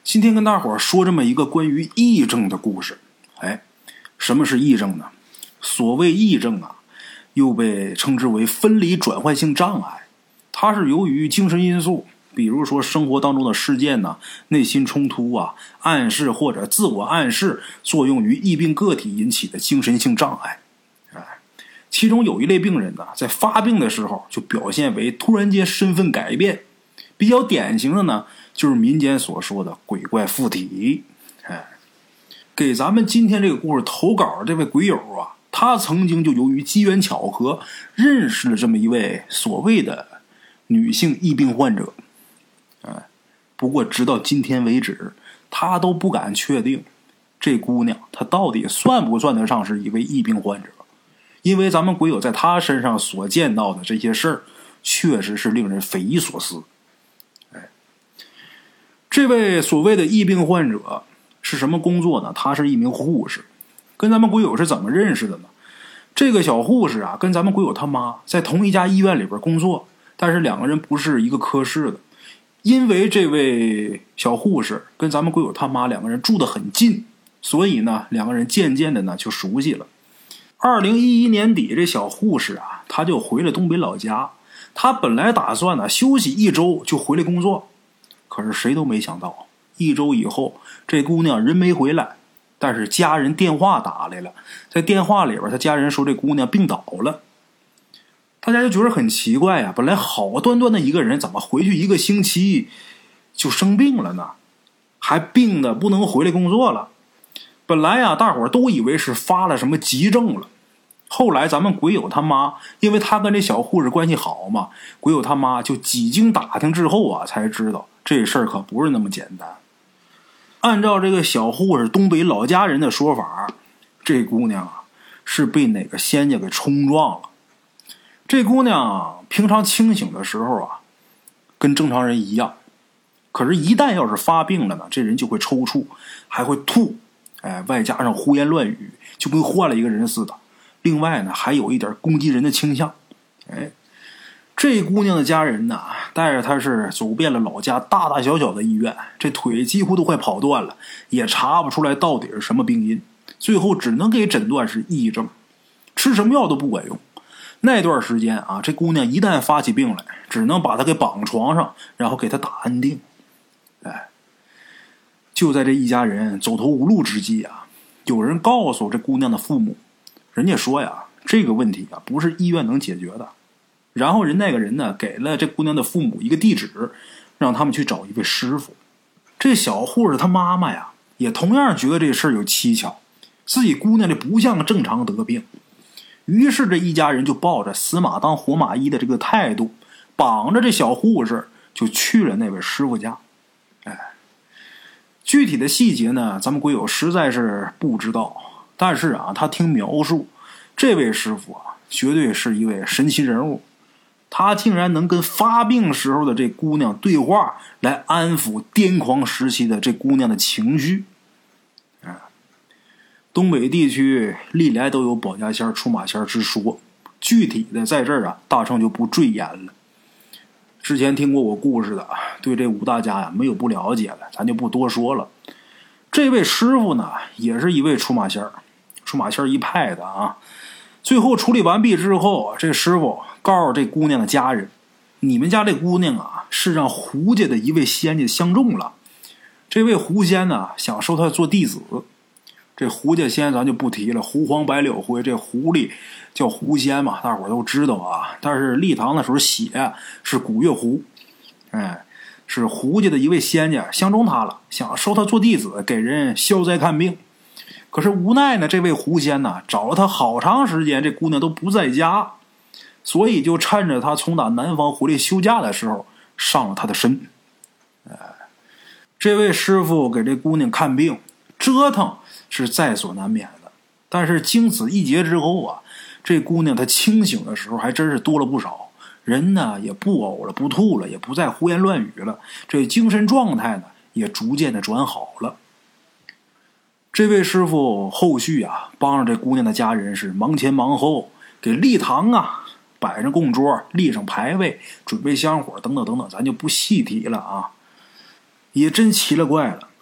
今天跟大伙儿说这么一个关于癔症的故事。什么是癔症呢？所谓癔症啊，又被称之为分离转换性障碍，它是由于精神因素，比如说生活当中的事件呢、内心冲突啊、暗示或者自我暗示作用于癔病个体引起的精神性障碍。其中有一类病人呢，在发病的时候就表现为突然间身份改变，比较典型的呢，就是民间所说的鬼怪附体。给咱们今天这个故事投稿这位鬼友啊，他曾经就由于机缘巧合认识了这么一位所谓的女性癔病患者。不过直到今天为止，他都不敢确定这姑娘她到底算不算得上是一位癔病患者，因为咱们鬼友在她身上所见到的这些事儿确实是令人匪夷所思。这位所谓的癔病患者是什么工作呢？他是一名护士。跟咱们鬼友是怎么认识的呢？这个小护士啊，跟咱们鬼友他妈在同一家医院里边工作，但是两个人不是一个科室的。因为这位小护士跟咱们鬼友他妈两个人住得很近，所以呢，两个人渐渐的呢就熟悉了。2011年底，这小护士啊，他就回了东北老家。他本来打算呢休息1周就回来工作，可是谁都没想到，1周以后，这姑娘人没回来，但是家人电话打来了，在电话里边，他家人说这姑娘病倒了。大家就觉得很奇怪啊，本来好端端的一个人，怎么回去1个星期就生病了呢？还病的不能回来工作了。本来啊，大伙儿都以为是发了什么急症了。后来咱们鬼友他妈，因为他跟这小护士关系好嘛，鬼友他妈就几经打听之后啊，才知道这事儿可不是那么简单。按照这个小护士东北老家人的说法，这姑娘啊是被哪个仙家给冲撞了。这姑娘平常清醒的时候啊，跟正常人一样，可是一旦要是发病了呢，这人就会抽搐，还会吐，外加上胡言乱语，就跟换了一个人似的。另外呢，还有一点攻击人的倾向。这姑娘的家人呢，带着她是走遍了老家大大小小的医院，这腿几乎都快跑断了，也查不出来到底是什么病因，最后只能给诊断是癔症，吃什么药都不管用。那段时间啊，这姑娘一旦发起病来，只能把她给绑床上，然后给她打安定。就在这一家人走投无路之际啊，有人告诉这姑娘的父母，人家说呀，这个问题啊不是医院能解决的。然后那个人呢，给了这姑娘的父母一个地址，让他们去找一位师傅。这小护士她妈妈呀，也同样觉得这事儿有蹊跷，自己姑娘这不像正常得病。于是这一家人就抱着死马当活马医的这个态度，绑着这小护士就去了那位师傅家。具体的细节呢，咱们鬼友实在是不知道，但是啊，他听描述，这位师傅啊，绝对是一位神奇人物。他竟然能跟发病时候的这姑娘对话，来安抚癫狂时期的这姑娘的情绪。东北地区历来都有保家仙出马仙之说，具体的在这儿啊，大圣就不赘言了。之前听过我故事的，对这武大家呀没有不了解的，咱就不多说了。这位师傅呢，也是一位出马仙一派的啊。最后处理完毕之后，这师傅告诉这姑娘的家人，你们家这姑娘啊，是让胡家的一位仙家相中了。这位胡仙呢，想收她做弟子。这胡家仙咱就不提了，胡黄白柳灰，这狐狸叫狐仙嘛，大伙儿都知道啊。但是立堂的时候写是古月胡，是胡家的一位仙家相中他了，想收他做弟子，给人消灾看病。可是无奈呢，这位狐仙呢找了他好长时间，这姑娘都不在家，所以就趁着他从打南方回来休假的时候上了他的身。这位师傅给这姑娘看病折腾是在所难免的，但是经此一劫之后啊，这姑娘她清醒的时候还真是多了不少，人呢也不呕了，不吐了，也不再胡言乱语了，这精神状态呢也逐渐的转好了。这位师傅后续啊，帮着这姑娘的家人是忙前忙后，给立堂啊摆上供桌，立上牌位，准备香火等等等等，咱就不细提了啊。也真奇了怪了，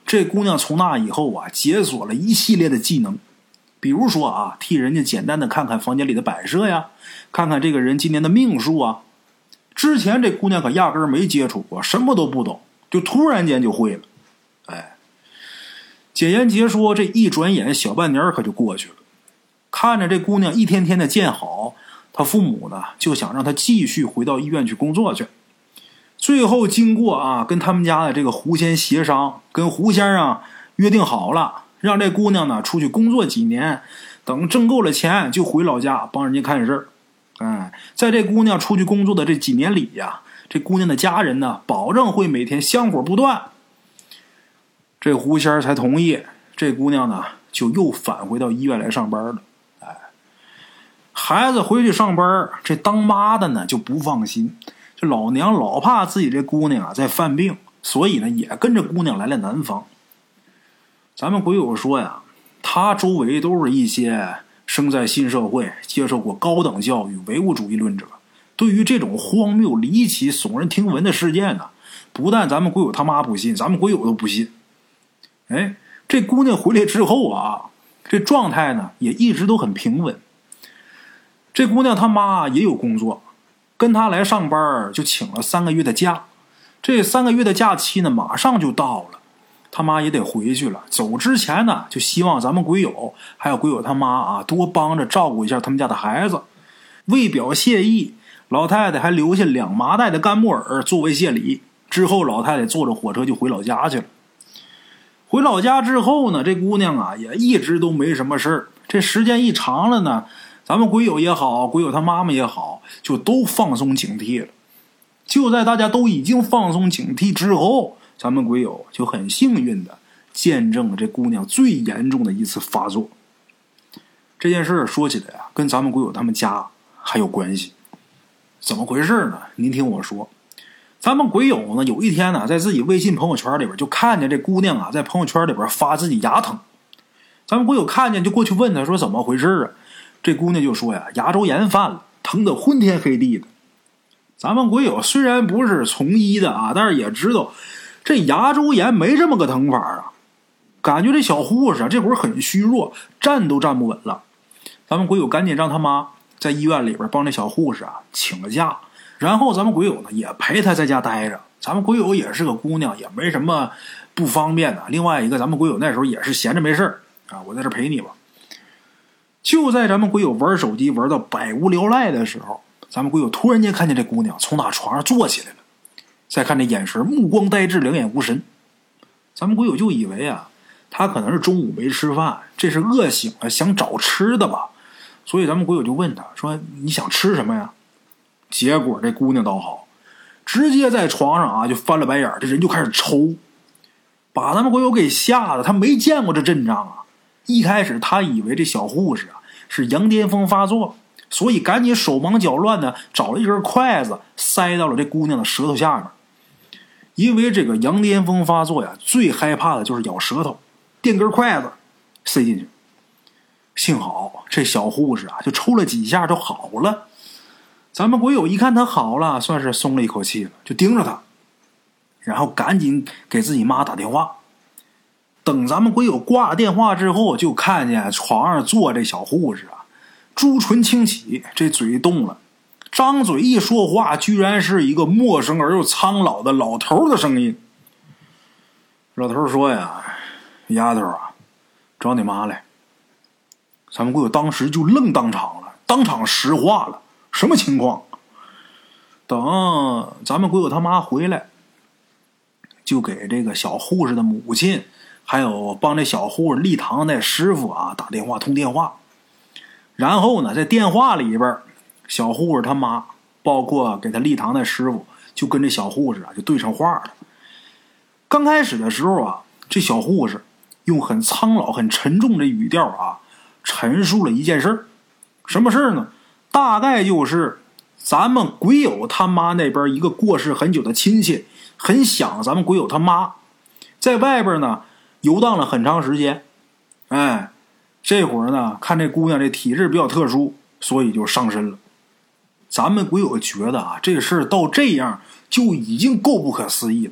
这姑娘从那以后啊，解锁了一系列的技能，比如说啊，替人家简单的看看房间里的摆设呀，看看这个人今年的命数啊。之前这姑娘可压根儿没接触过，什么都不懂，就突然间就会了。哎，简言结说，这一转眼小半年可就过去了。看着这姑娘一天天的见好，她父母呢就想让她继续回到医院去工作去。最后经过啊跟他们家的这个胡先协商，跟胡先生约定好了，让这姑娘呢出去工作几年，等挣够了钱就回老家帮人家看事儿。在这姑娘出去工作的这几年里呀，这姑娘的家人呢保证会每天香火不断。这胡仙才同意，这姑娘呢就又返回到医院来上班了。孩子回去上班，这当妈的呢就不放心，这老娘老怕自己这姑娘啊在犯病，所以呢也跟着姑娘来了南方。咱们鬼友说呀，他周围都是一些生在新社会、接受过高等教育、唯物主义论者。对于这种荒谬、离奇、耸人听闻的事件呢，不但咱们鬼友他妈不信，咱们鬼友都不信。这姑娘回来之后啊，这状态呢也一直都很平稳。这姑娘他妈也有工作，跟她来上班就请了3个月的假。这3个月的假期呢马上就到了，他妈也得回去了。走之前呢就希望咱们鬼友还有鬼友他妈啊多帮着照顾一下他们家的孩子。为表谢意，老太太还留下2麻袋的干木耳作为谢礼。之后老太太坐着火车就回老家去了。回老家之后呢，这姑娘啊也一直都没什么事儿。这时间一长了呢，咱们鬼友也好，鬼友他妈妈也好，就都放松警惕了。就在大家都已经放松警惕之后，咱们鬼友就很幸运的见证了这姑娘最严重的一次发作。这件事说起来啊，跟咱们鬼友他们家还有关系。怎么回事呢？您听我说。咱们鬼友呢有一天呢在自己微信朋友圈里边就看见这姑娘啊在朋友圈里边发自己牙疼。咱们鬼友看见就过去问她说怎么回事啊？这姑娘就说呀，牙周炎犯了，疼得昏天黑地的。咱们鬼友虽然不是从医的啊，但是也知道这牙周炎没这么个疼法啊。感觉这小护士啊这会儿很虚弱，站都站不稳了。咱们鬼友赶紧让他妈在医院里边帮这小护士啊请了假，然后咱们鬼友呢也陪她在家待着。咱们鬼友也是个姑娘，也没什么不方便的。另外一个咱们鬼友那时候也是闲着没事啊，我在这陪你吧。就在咱们鬼友玩手机玩到百无聊赖的时候，咱们鬼友突然间看见这姑娘从那床上坐起来了，再看这眼神目光呆滞，两眼无神。咱们鬼友就以为啊她可能是中午没吃饭，这是饿醒了想找吃的吧。所以咱们鬼友就问她说你想吃什么呀？结果这姑娘倒好，直接在床上啊就翻了白眼，这人就开始抽，把咱们鬼友给吓得他没见过这阵仗啊。一开始他以为这小护士啊是羊癫疯发作，所以赶紧手忙脚乱的找了一根筷子塞到了这姑娘的舌头下面。因为这个羊癫疯发作呀，最害怕的就是咬舌头，垫根筷子塞进去。幸好这小护士啊就抽了几下就好了。咱们鬼友一看他好了，算是松了一口气了，就盯着他，然后赶紧给自己妈打电话。等咱们鬼友挂了电话之后，就看见床上坐这小护士啊，朱唇轻启，这嘴动了，张嘴一说话，居然是一个陌生而又苍老的老头的声音。老头说呀，丫头啊，找你妈来。咱们鬼友当时就愣当场了，当场石化了，什么情况？等咱们鬼友他妈回来，就给这个小护士的母亲还有帮这小护士立堂那师傅啊打电话通电话。然后呢在电话里边，小护士他妈包括给他立堂的师傅就跟这小护士啊就对上话了。刚开始的时候啊，这小护士用很苍老很沉重的语调啊陈述了一件事儿。什么事儿呢？大概就是咱们鬼友他妈那边一个过世很久的亲戚很想咱们鬼友他妈，在外边呢游荡了很长时间。这会儿呢看这姑娘这体质比较特殊，所以就上身了。咱们鬼友觉得啊这事儿到这样就已经够不可思议了，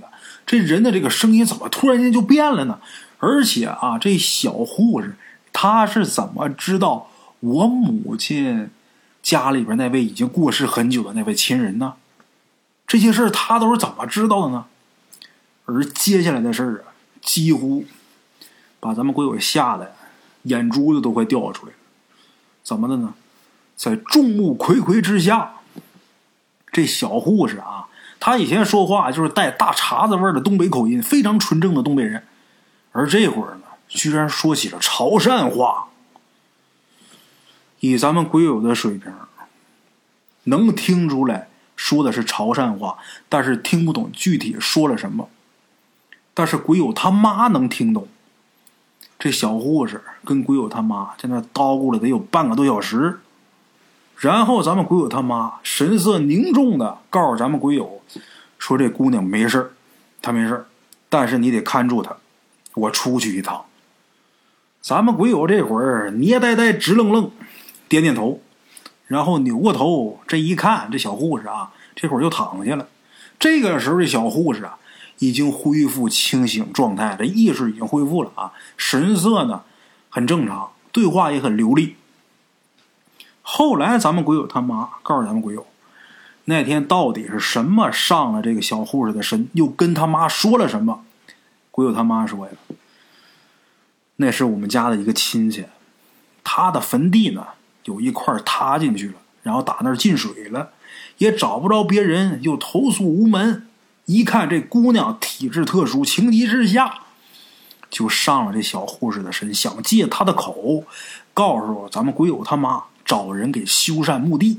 这人的这个声音怎么突然间就变了呢？而且啊，这小护士他是怎么知道我母亲家里边那位已经过世很久的那位亲人呢？这些事儿他都是怎么知道的呢？而接下来的事儿啊，几乎把咱们鬼友吓得眼珠子都快掉出来了。怎么的呢？在众目睽睽之下，这小护士啊，他以前说话就是带大碴子味的东北口音，非常纯正的东北人，而这会儿呢，居然说起了潮汕话。以咱们鬼友的水平，能听出来说的是潮汕话，但是听不懂具体说了什么。但是鬼友他妈能听懂。这小护士跟鬼友他妈在那叨咕了得有半个多小时，然后咱们鬼友他妈神色凝重的告诉咱们鬼友说，这姑娘没事，她没事，但是你得看住她，我出去一趟。咱们鬼友这会儿捏呆呆直愣愣点点头，然后扭过头，这一看这小护士啊，这会儿就躺下了。这个时候这小护士啊已经恢复清醒状态，这意识已经恢复了啊，神色呢很正常，对话也很流利。后来咱们鬼友他妈告诉咱们鬼友，那天到底是什么上了这个小护士的身，又跟他妈说了什么。鬼友他妈说呀，那是我们家的一个亲戚，他的坟地呢有一块塌进去了，然后打那儿进水了，也找不着别人，又投诉无门。一看这姑娘体质特殊，情急之下就上了这小护士的身，想借她的口告诉咱们鬼友他妈找人给修缮墓地。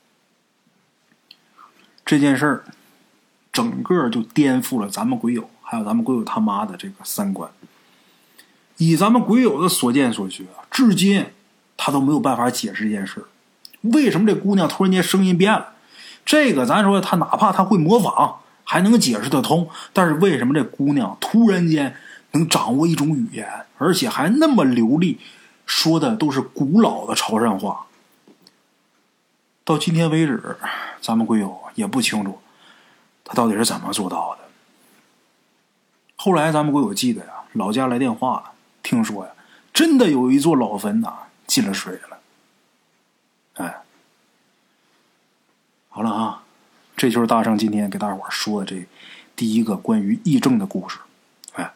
这件事儿整个就颠覆了咱们鬼友还有咱们鬼友他妈的这个三观。以咱们鬼友的所见所学，至今他都没有办法解释这件事。为什么这姑娘突然间声音变了？这个咱说他哪怕他会模仿还能解释得通，但是为什么这姑娘突然间能掌握一种语言，而且还那么流利，说的都是古老的潮汕话？到今天为止，咱们鬼友也不清楚他到底是怎么做到的。后来咱们鬼友记得呀，老家来电话了，听说呀，真的有一座老坟呐进了水了。哎，好了啊，这就是大圣今天给大伙说的这第一个关于癔症的故事。哎，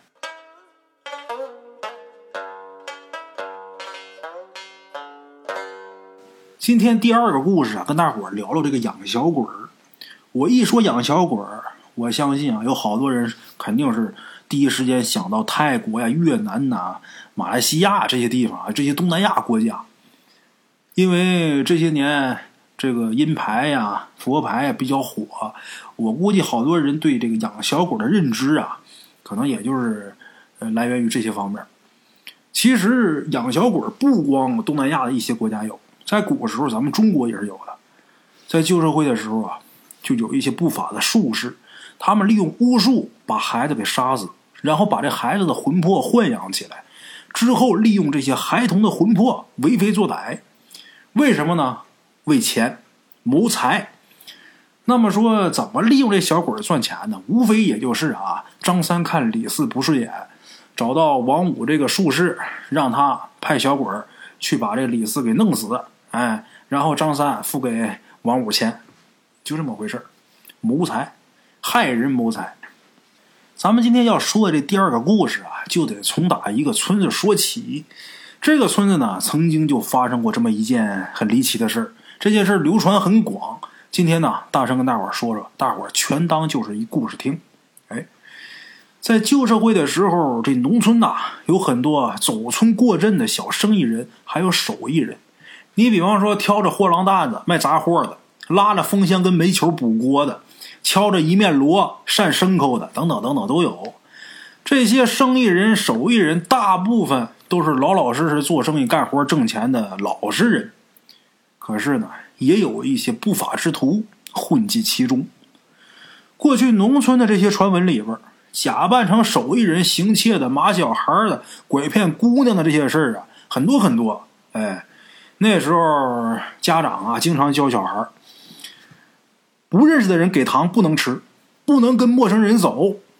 今天第二个故事啊，跟大伙聊聊这个养小鬼儿。我一说养小鬼儿，我相信啊，有好多人肯定是第一时间想到泰国呀、越南呐、马来西亚这些地方啊，这些东南亚国家。因为这些年这个阴牌呀、佛牌呀比较火，我估计好多人对这个养小鬼的认知啊，可能也就是来源于这些方面。其实养小鬼不光东南亚的一些国家有，在古时候咱们中国也是有的。在旧社会的时候啊，就有一些不法的术士，他们利用巫术把孩子给杀死，然后把这孩子的魂魄豢养起来，之后利用这些孩童的魂魄为非作歹。为什么呢？为钱，谋财。那么说怎么利用这小鬼赚钱呢？无非也就是啊，张三看李四不顺眼，找到王五这个术士，让他派小鬼去把这李四给弄死，哎，然后张三付给王五钱，就这么回事。谋财，害人谋财。咱们今天要说的这第二个故事啊，就得从打一个村子说起。这个村子呢，曾经就发生过这么一件很离奇的事儿，这件事流传很广。今天呢，大声跟大伙说说，大伙全当就是一故事听。哎，在旧社会的时候，这农村呐，有很多走村过镇的小生意人，还有手艺人。你比方说，挑着货郎担子卖杂货的，拉着风箱跟煤球补锅的，敲着一面锣扇牲口的，等等等等都有。这些生意人、手艺人，大部分都是老老实实做生意、干活挣钱的老实人。可是呢，也有一些不法之徒混迹其中。过去农村的这些传闻里边，假扮成手艺人行窃的、马小孩的、拐骗姑娘的这些事儿啊，很多很多。哎，那时候家长啊，经常教小孩，不认识的人给糖不能吃，不能跟陌生人走。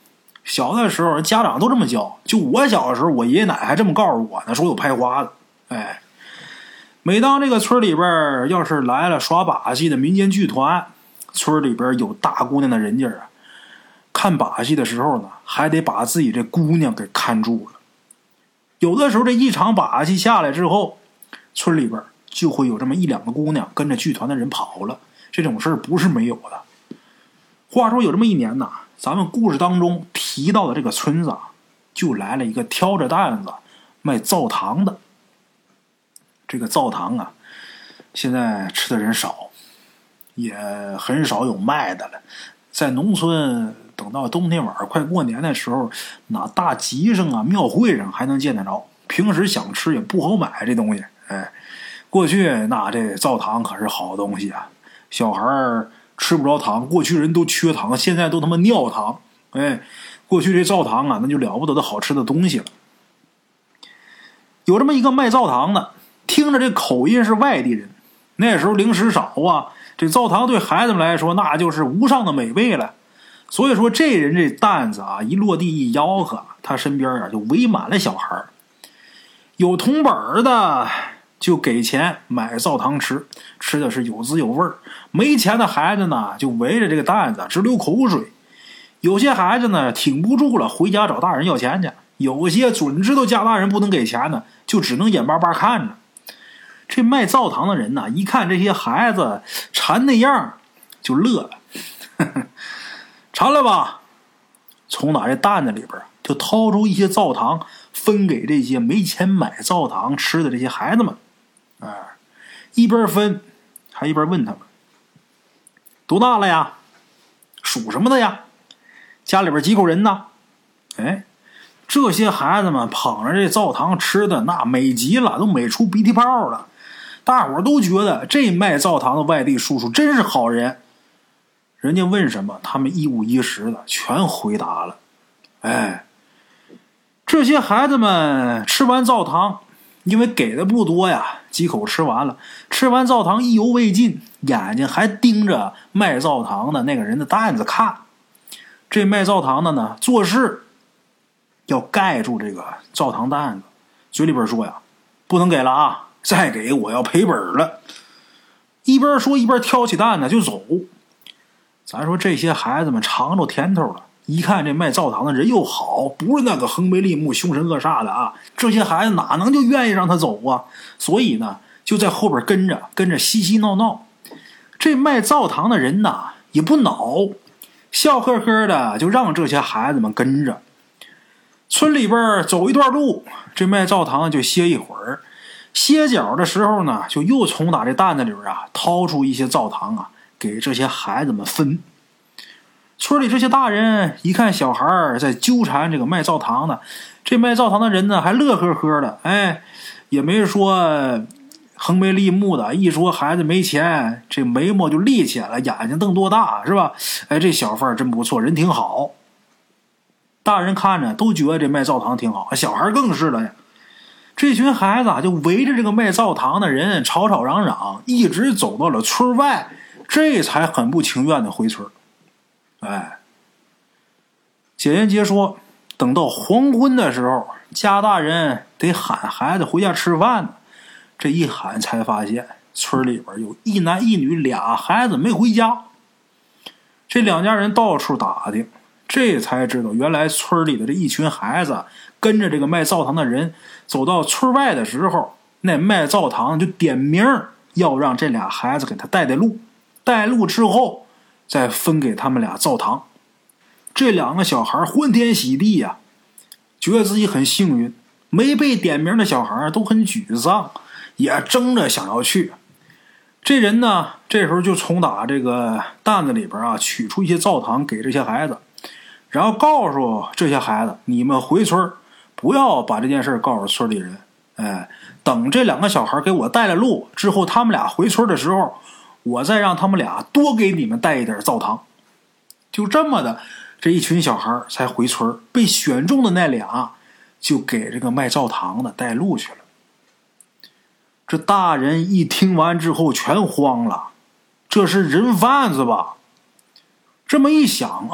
小的时候家长都这么教，就我小的时候，我爷爷奶奶还这么告诉我呢，说有拍花子。哎，每当这个村里边要是来了耍把戏的民间剧团，村里边有大姑娘的人家啊，看把戏的时候呢，还得把自己这姑娘给看住了。有的时候这一场把戏下来之后，村里边就会有这么1-2个姑娘跟着剧团的人跑了，这种事儿不是没有的。话说有这么一年呢，咱们故事当中提到的这个村子啊，就来了一个挑着担子卖灶糖的。这个灶糖啊，现在吃的人少，也很少有卖的了。在农村，等到冬天晚上快过年的时候，那大集上啊、庙会上还能见得着。平时想吃也不好买这东西。哎，过去那这灶糖可是好东西啊，小孩吃不着糖，过去人都缺糖，现在都他妈尿糖。哎，过去这灶糖啊，那就了不得的好吃的东西了。有这么一个卖灶糖的，听着这口音是外地人，那时候零食少啊，这灶糖对孩子们来说那就是无上的美味了。所以说这人这担子啊一落地一吆喝，他身边啊就围满了小孩，有铜本的就给钱买灶糖吃，吃的是有滋有味儿。没钱的孩子呢就围着这个担子直流口水。有些孩子呢挺不住了，回家找大人要钱去。有些准知道家大人不能给钱呢，就只能眼巴巴看着。这卖灶糖的人呢，一看这些孩子馋那样，就乐了。馋了吧？从哪这担子里边就掏出一些灶糖，分给这些没钱买灶糖吃的这些孩子们。哎，一边分还一边问他们：多大了呀？属什么的呀？家里边几口人呢？哎，这些孩子们捧着这灶糖吃的那美极了，都美出鼻涕泡了。大伙儿都觉得这卖灶糖的外地叔叔真是好人。人家问什么，他们一五一十的全回答了。哎，这些孩子们吃完灶糖，因为给的不多呀，几口吃完了，吃完灶糖意犹未尽，眼睛还盯着卖灶糖的那个人的担子看。这卖灶糖的呢，做事要盖住这个灶糖担子，嘴里边说呀，不能给了啊，再给我要赔本了。一边说一边挑起担子就走。咱说这些孩子们尝着甜头了，一看这卖灶糖的人又好，不是那个横眉立目凶神恶煞的啊，这些孩子哪能就愿意让他走啊？所以呢就在后边跟着嬉嬉闹闹。这卖灶糖的人呢也不恼，笑呵呵的就让这些孩子们跟着。村里边走一段路，这卖灶糖就歇一会儿，歇脚的时候呢就又从打这担子里边啊掏出一些灶糖啊给这些孩子们分。村里这些大人一看小孩在纠缠这个卖灶糖的，这卖灶糖的人呢还乐呵呵的，哎，也没说横眉立目的，一说孩子没钱，这眉毛就立起来了，眼睛瞪多大，是吧？哎，这小贩真不错，人挺好。大人看着都觉得这卖灶糖挺好，小孩更是了呀。这群孩子啊就围着这个卖灶糖的人吵吵嚷嚷，一直走到了村外，这才很不情愿的回村。哎，简言结说，等到黄昏的时候，家大人得喊孩子回家吃饭呢。这一喊才发现村里边有一男一女俩孩子没回家。这两家人到处打听，这才知道原来村里的这一群孩子跟着这个卖灶糖的人走到村外的时候，那卖灶糖就点名要让这俩孩子给他带路，带路之后再分给他们俩灶糖。这两个小孩欢天喜地呀，觉得自己很幸运。没被点名的小孩都很沮丧，也争着想要去。这人呢这时候就从打这个担子里边啊取出一些灶糖给这些孩子，然后告诉这些孩子，你们回村不要把这件事告诉村里人，哎，等这两个小孩给我带了路之后，他们俩回村的时候，我再让他们俩多给你们带一点灶糖。就这么的，这一群小孩才回村，被选中的那俩就给这个卖灶糖的带路去了。这大人一听完之后全慌了，这是人贩子吧？这么一想啊，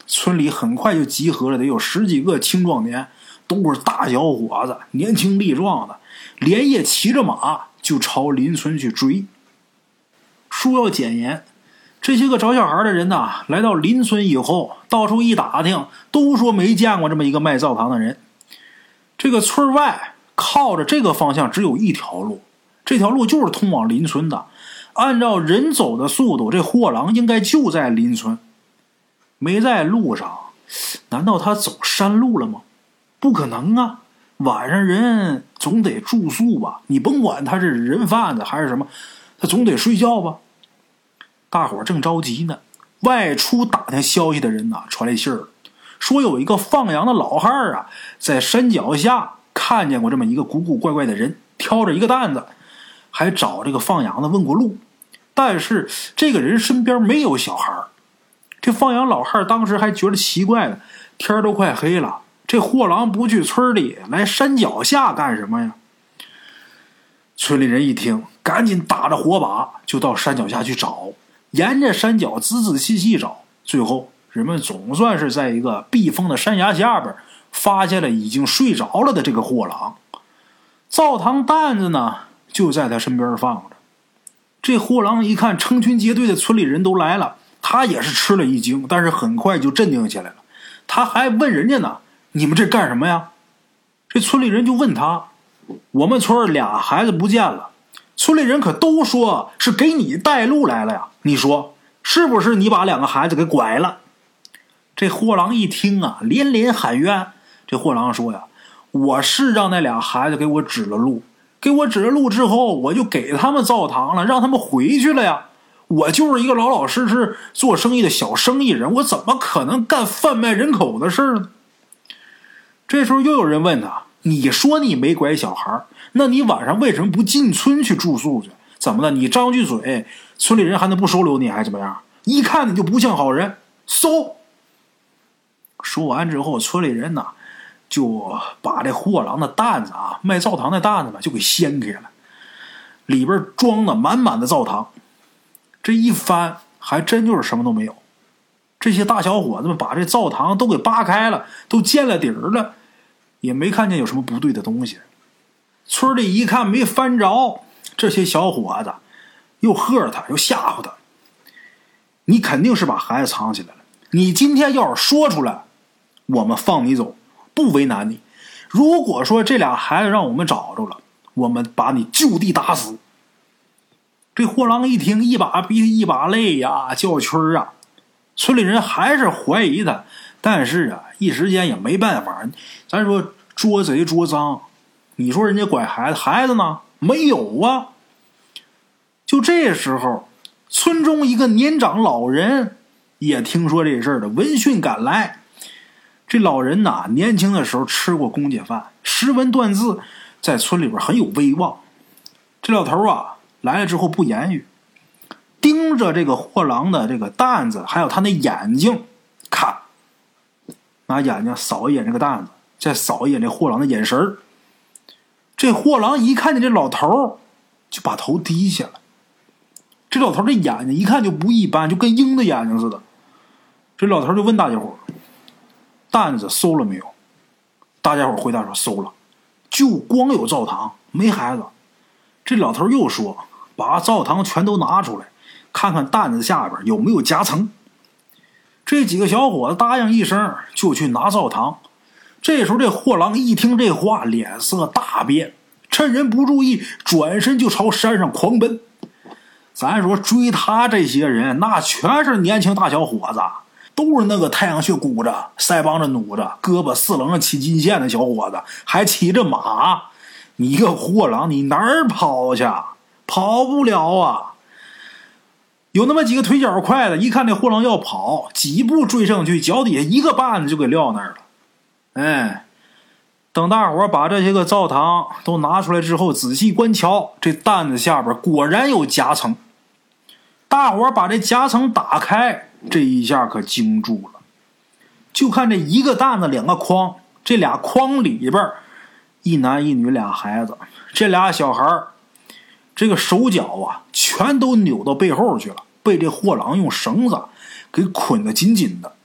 村里很快就集合了得有10几个青壮年，都是大小伙子，年轻力壮的，连夜骑着马就朝邻村去追。书要简言，这些个找小孩的人呐，来到邻村以后，到处一打听，都说没见过这么一个卖灶糖的人。这个村外靠着这个方向只有一条路，这条路就是通往邻村的。按照人走的速度，这货郎应该就在邻村，没在路上。难道他走山路了吗？不可能啊，晚上人总得住宿吧，你甭管他是人贩子还是什么，他总得睡觉吧。大伙正着急呢，外出打听消息的人呐，传来信儿，说有一个放羊的老汉啊，在山脚下看见过这么一个古古怪怪的人，挑着一个担子，还找这个放羊的问过路，但是这个人身边没有小孩。这放羊老汉当时还觉得奇怪了，天都快黑了，这货郎不去村里，来山脚下干什么呀？村里人一听，赶紧打着火把就到山脚下去找，沿着山脚仔仔细细找，最后人们总算是在一个避风的山崖下边发现了已经睡着了的这个货郎。灶糖担子呢就在他身边放着。这货郎一看成群结队的村里人都来了，他也是吃了一惊，但是很快就镇定下来了。他还问人家呢，你们这干什么呀？这村里人就问他，我们村俩孩子不见了，村里人可都说是给你带路来了呀，你说是不是你把2个孩子给拐了？这货郎一听啊，连连喊冤。这货郎说呀，我是让那俩孩子给我指了路，给我指了路之后，我就给他们灶糖了，让他们回去了呀。我就是一个老老实实做生意的小生意人，我怎么可能干贩卖人口的事呢？这时候又有人问他，你说你没拐小孩，那你晚上为什么不进村去住宿去？怎么了？你张句嘴，村里人还能不收留你还是怎么样？一看你就不像好人，搜。说完之后，村里人呢就把这货郎的担子啊，卖灶糖的担子吧，就给掀开了，里边装的满满的灶糖。这一翻还真就是什么都没有。这些大小伙子们把这灶糖都给扒开了，都见了底儿了，也没看见有什么不对的东西。村里一看没翻着，这些小伙子又喝他又吓唬他，你肯定是把孩子藏起来了，你今天要是说出来，我们放你走，不为难你。如果说这俩孩子让我们找着了，我们把你就地打死。这货郎一听，一把鼻涕一把泪呀，叫屈儿啊。村里人还是怀疑他，但是啊，一时间也没办法。咱说捉贼捉赃，你说人家拐孩子，孩子呢？没有啊。就这时候，村中一个年长老人也听说这事儿的，闻讯赶来。这老人呐，年轻的时候吃过公家饭，识文断字，在村里边很有威望。这老头啊来了之后不言语，盯着这个货郎的这个担子，还有他那眼睛看，拿眼睛扫一眼这个担子，再扫一眼这货郎的眼神。这货郎一看见这老头，就把头低下了。这老头的眼睛一看就不一般，就跟鹰的眼睛似的。这老头就问大家伙，担子收了没有？大家伙回答说收了，就光有灶糖，没孩子。这老头又说，把灶糖全都拿出来，看看担子下边有没有夹层。这几个小伙子答应一声，就去拿灶糖。这时候这货郎一听这话，脸色大变，趁人不注意，转身就朝山上狂奔。咱说追他这些人，那全是年轻大小伙子，都是那个太阳穴鼓着，腮帮子努着，胳膊四棱上起金线的小伙子，还骑着马。你一个货郎，你哪儿跑去？跑不了啊！有那么几个腿脚快的，一看这货郎要跑，几步追上去，脚底下一个绊子就给撂那儿了。哎，等大伙把这些个灶糖都拿出来之后，仔细观瞧，这担子下边果然有夹层。大伙把这夹层打开，这一下可惊住了。就看这一个担子两个筐，这俩筐里边一男一女俩孩子，这俩小孩这个手脚啊全都扭到背后去了，被这货郎用绳子给捆得紧紧的。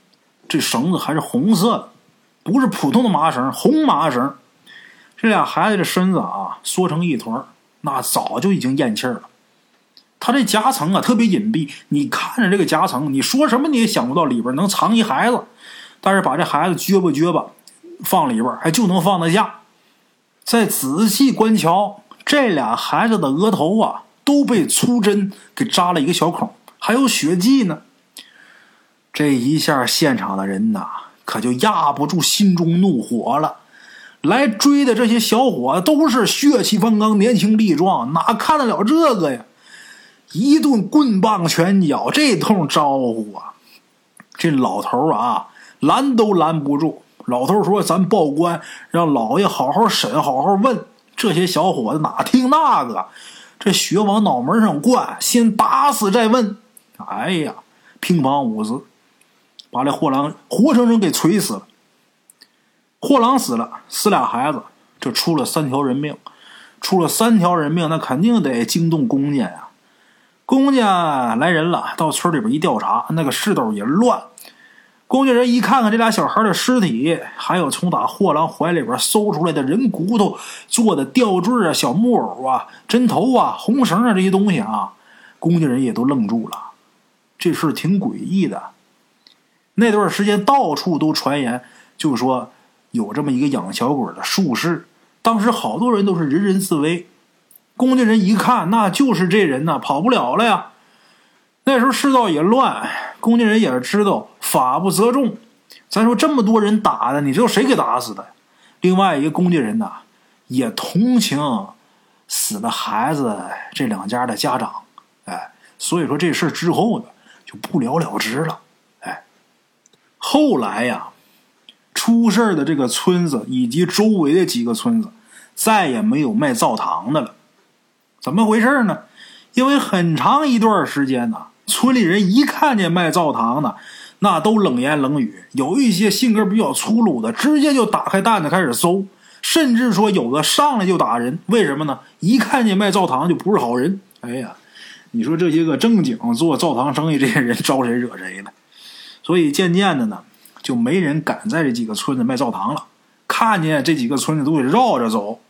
这绳子还是红色的，不是普通的麻绳，红麻绳。这俩孩子的身子啊缩成一团，那早就已经咽气儿了。他这夹层啊特别隐蔽，你看着这个夹层，你说什么你也想不到里边能藏一孩子，但是把这孩子撅吧放里边还就能放得下。再仔细观瞧，这俩孩子的额头啊都被粗针给扎了一个小孔，还有血迹呢。这一下现场的人呐可就压不住心中怒火了。来追的这些小伙都是血气方刚，年轻力壮，哪看得了这个呀？一顿棍棒拳脚，这通招呼啊，这老头啊拦都拦不住。老头说咱报官，让老爷好好审，好好问。这些小伙子哪听那个，这血往脑门上灌，先打死再问。哎呀，乒乓五子把这货郎活生生给锤死了。货郎死了，死俩孩子，这出了3条人命。出了3条人命，那肯定得惊动公家呀。公家来人了，到村里边一调查，那个市斗也乱。公家人一看看这俩小孩的尸体，还有从打货郎怀里边搜出来的人骨头做的吊坠啊、小木偶啊、针头啊、红绳啊这些东西啊，公家人也都愣住了。这事挺诡异的。那段时间到处都传言，就说有这么一个养小鬼的术士，当时好多人都是人人自危。公家人一看，那就是这人呐，跑不了了呀。那时候世道也乱，公家人也知道法不责众。咱说这么多人打的，你知道谁给打死的？另外一个公家人呐，也同情死了孩子这两家的家长，所以说这事之后呢，就不了了之了。后来呀，出事的这个村子以及周围的几个村子，再也没有卖灶糖的了。怎么回事呢？因为很长一段时间呢，村里人一看见卖灶糖的，那都冷言冷语，有一些性格比较粗鲁的，直接就打开担子开始搜，甚至说有的上来就打人。为什么呢？一看见卖灶糖就不是好人。哎呀，你说这些个正经做灶糖生意这些人招谁惹谁呢？所以渐渐的呢，就没人敢在这几个村子卖灶糖了，看见这几个村子都得绕着走。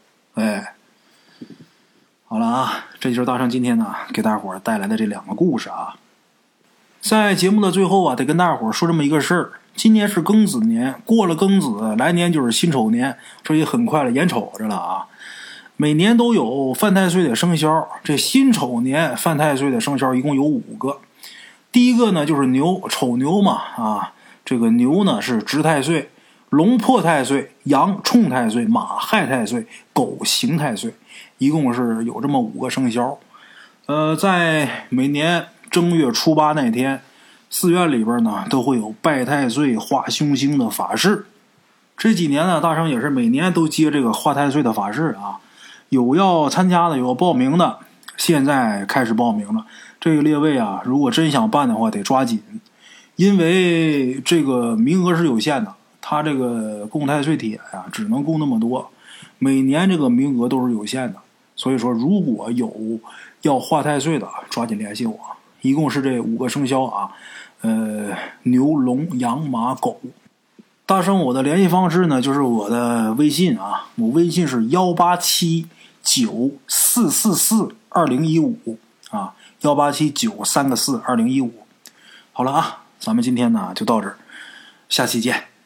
好了啊，这就是大圣今天呢给大伙儿带来的这2个故事啊。在节目的最后啊，得跟大伙儿说这么一个事儿。今年是庚子年，过了庚子，来年就是辛丑年，这也很快了，眼瞅着了啊。每年都有犯太岁的生肖，这辛丑年犯太岁的生肖一共有5个。第一个呢就是牛，丑牛嘛啊，这个牛呢是值太岁，龙破太岁，羊冲太岁，马害太岁，狗刑太岁，一共是有这么5个生肖。在每年正月初8那天，寺院里边呢都会有拜太岁化凶星的法事。这几年呢，大圣也是每年都接这个化太岁的法事啊，有要参加的，有要报名的，现在开始报名了。这个列位啊，如果真想办的话得抓紧，因为这个名额是有限的，他这个供太岁帖呀只能供那么多，每年这个名额都是有限的。所以说如果有要化太岁的，抓紧联系我。一共是这5个生肖啊，牛龙羊马狗。大圣我的联系方式呢就是我的微信啊，我微信是18794442015啊，18793个42015。好了啊，咱们今天呢就到这儿，下期见。